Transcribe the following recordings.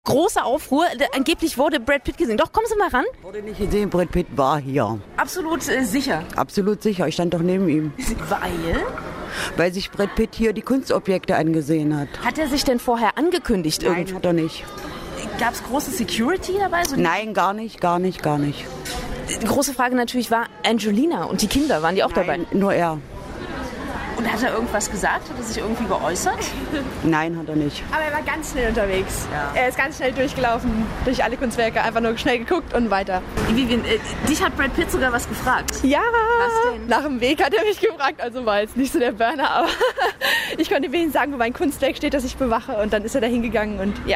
Großer Aufruhr. Angeblich wurde Brad Pitt gesehen. Doch, kommen Sie mal ran. Wurde nicht gesehen, Brad Pitt war hier. Absolut sicher. Absolut sicher, ich stand doch neben ihm. Weil sich Brad Pitt hier die Kunstobjekte angesehen hat. Hat er sich denn vorher angekündigt? Nein, hat er nicht. Gab es große Security dabei? Nein, gar nicht. Die große Frage natürlich war, Angelina und die Kinder, waren die auch dabei? Nur er. Und hat er irgendwas gesagt? Hat er sich irgendwie geäußert? Nein, hat er nicht. Aber er war ganz schnell unterwegs. Ja. Er ist ganz schnell durchgelaufen, durch alle Kunstwerke, einfach nur schnell geguckt und weiter. Dich hat Brad Pitt sogar was gefragt. Ja, Was denn? nach dem Weg hat er mich gefragt, also war jetzt nicht so der Burner, aber ich konnte ihm wenigstens sagen, wo mein Kunstwerk steht, das ich bewache, und dann ist er da hingegangen und ja.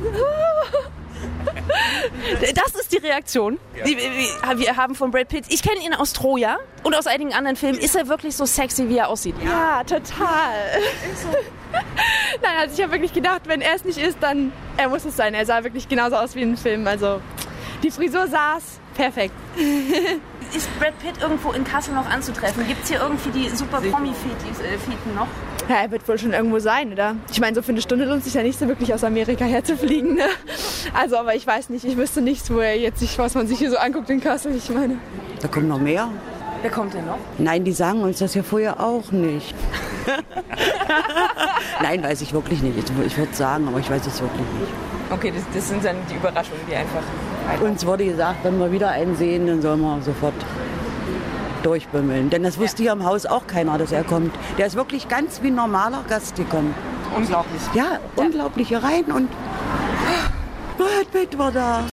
Das ist die Reaktion. Ja. Wir haben von Brad Pitt, ich kenne ihn aus Troja und aus einigen anderen Filmen. Ist er wirklich so sexy, wie er aussieht? Ja, total. Nein, also ich habe wirklich gedacht, wenn er es nicht ist, dann er muss es sein. Er sah wirklich genauso aus wie in dem Film. Also die Frisur saß perfekt. Ist Brad Pitt irgendwo in Kassel noch anzutreffen? Gibt es hier irgendwie die super Promi-Fieten noch? Ja, er wird wohl schon irgendwo sein, oder? Ich meine, so für eine Stunde lohnt sich ja nicht so wirklich aus Amerika herzufliegen, ne? Also, aber ich weiß nicht, ich wüsste nichts, wo er jetzt sich, was man sich hier so anguckt in Kassel, ich meine. Da kommen noch mehr. Wer kommt denn noch? Nein, die sagen uns das ja vorher auch nicht. Nein, weiß ich wirklich nicht. Ich würde sagen, aber ich weiß es wirklich nicht. Okay, das sind dann die Überraschungen, die einfach... Uns wurde gesagt, wenn wir wieder einen sehen, dann sollen wir sofort durchbümmeln. Denn das wusste hier im Haus auch keiner, dass er kommt. Der ist wirklich ganz wie ein normaler Gast gekommen. Unglaublich. Ja, unglaublich hier rein und Brad Pitt war da.